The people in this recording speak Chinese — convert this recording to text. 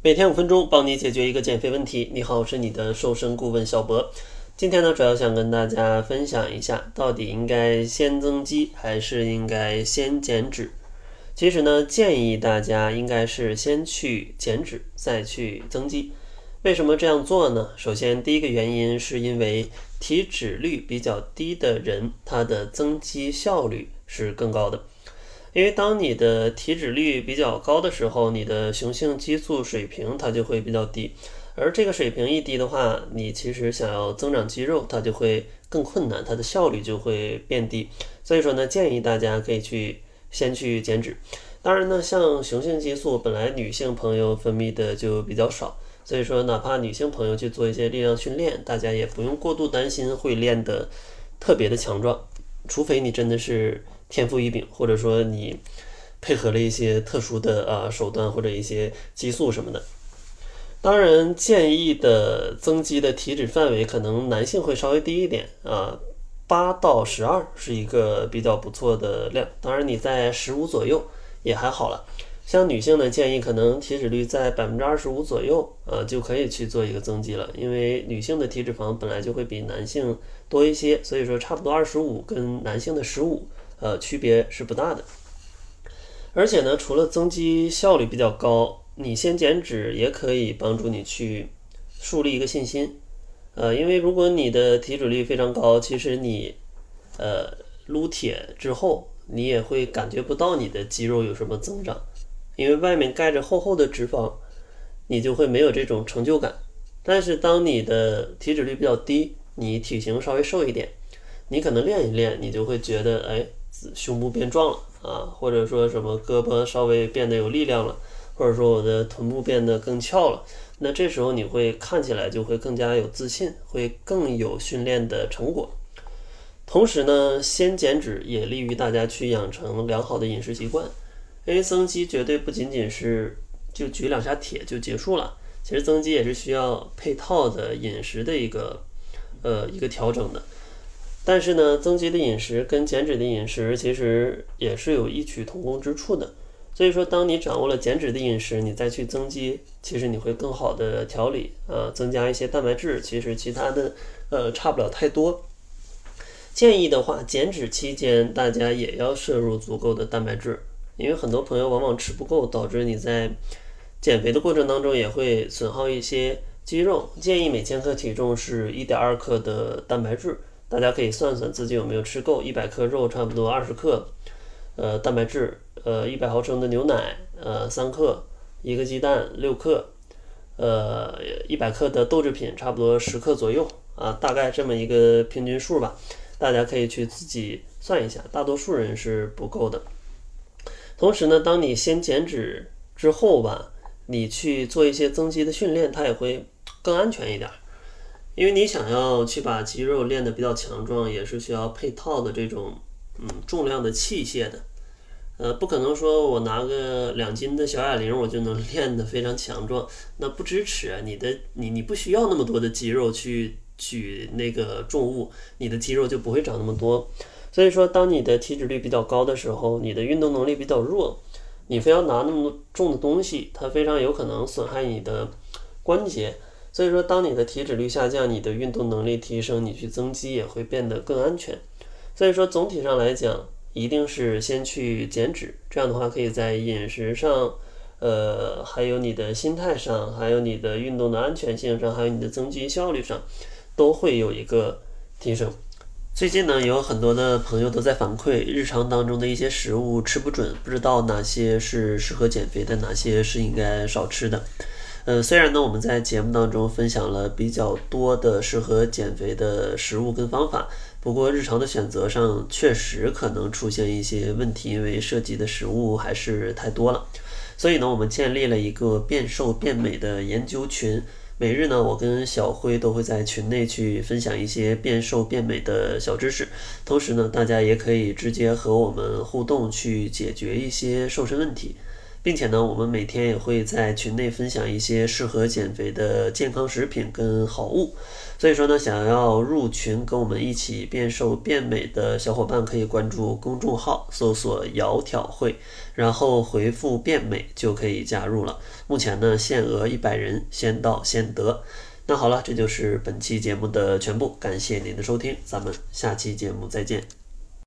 每天5分钟，帮你解决一个减肥问题。你好，我是你的瘦身顾问小博。今天呢，主要想跟大家分享一下，到底应该先增肌还是应该先减脂？其实呢，建议大家应该是先去减脂，再去增肌。为什么这样做呢？首先，第一个原因是因为体脂率比较低的人，他的增肌效率是更高的。因为当你的体脂率比较高的时候，你的雄性激素水平它就会比较低，而这个水平一低的话，你其实想要增长肌肉，它就会更困难，它的效率就会变低。所以说呢，建议大家可以先去减脂。当然呢，像雄性激素本来女性朋友分泌的就比较少，所以说哪怕女性朋友去做一些力量训练，大家也不用过度担心会练得特别的强壮，除非你真的是天赋异禀，或者说你配合了一些特殊的手段或者一些激素什么的。当然，建议的增肌的体脂范围可能男性会稍微低一点8到12是一个比较不错的量。当然你在15左右也还好了。像女性呢，建议可能体脂率在25%左右就可以去做一个增肌了，因为女性的体脂肪本来就会比男性多一些，所以说差不多25跟男性的15区别是不大的。而且呢，除了增肌效率比较高，你先减脂也可以帮助你去树立一个信心。因为如果你的体脂率非常高，其实你撸铁之后，你也会感觉不到你的肌肉有什么增长，因为外面盖着厚厚的脂肪，你就会没有这种成就感。但是当你的体脂率比较低，你体型稍微瘦一点，你可能练一练，你就会觉得胸部变壮了或者说什么胳膊稍微变得有力量了，或者说我的臀部变得更翘了，那这时候你会看起来就会更加有自信，会更有训练的成果。同时呢，先减脂也利于大家去养成良好的饮食习惯，因为增肌绝对不仅仅是就举2下铁就结束了，其实增肌也是需要配套的饮食的一个调整的。但是呢，增肌的饮食跟减脂的饮食其实也是有异曲同工之处的。所以说，当你掌握了减脂的饮食，你再去增肌，其实你会更好的调理增加一些蛋白质，其实其他的差不了太多。建议的话，减脂期间大家也要摄入足够的蛋白质，因为很多朋友往往吃不够，导致你在减肥的过程当中也会损耗一些肌肉。建议每千克体重是 1.2 克的蛋白质，大家可以算算自己有没有吃够。100克肉差不多20克蛋白质，100毫升的牛奶3克，1个鸡蛋6克，100克的豆制品差不多10克左右大概这么一个平均数吧，大家可以去自己算一下，大多数人是不够的。同时呢，当你先减脂之后吧，你去做一些增肌的训练，它也会更安全一点，因为你想要去把肌肉练得比较强壮，也是需要配套的这种重量的器械的。不可能说我拿个2斤的小哑铃我就能练得非常强壮，那不支持你不需要那么多的肌肉去举那个重物，你的肌肉就不会长那么多。所以说，当你的体脂率比较高的时候，你的运动能力比较弱，你非要拿那么重的东西，它非常有可能损害你的关节。所以说，当你的体脂率下降，你的运动能力提升，你去增肌也会变得更安全。所以说，总体上来讲，一定是先去减脂，这样的话可以在饮食上还有你的心态上，还有你的运动的安全性上，还有你的增肌效率上都会有一个提升。最近呢，有很多的朋友都在反馈日常当中的一些食物吃不准，不知道哪些是适合减肥的，哪些是应该少吃的。虽然呢我们在节目当中分享了比较多的适合减肥的食物跟方法，不过日常的选择上确实可能出现一些问题，因为涉及的食物还是太多了。所以呢，我们建立了一个变瘦变美的研究群，每日呢，我跟小辉都会在群内去分享一些变瘦变美的小知识，同时呢，大家也可以直接和我们互动，去解决一些瘦身问题。 并且呢，我们每天也会在群内分享一些适合减肥的健康食品跟好物。所以说呢，想要入群跟我们一起变瘦变美的小伙伴，可以关注公众号，搜索窈窕会，然后回复变美就可以加入了。目前呢，限额100人，先到先得。那好了，这就是本期节目的全部，感谢您的收听，咱们下期节目再见。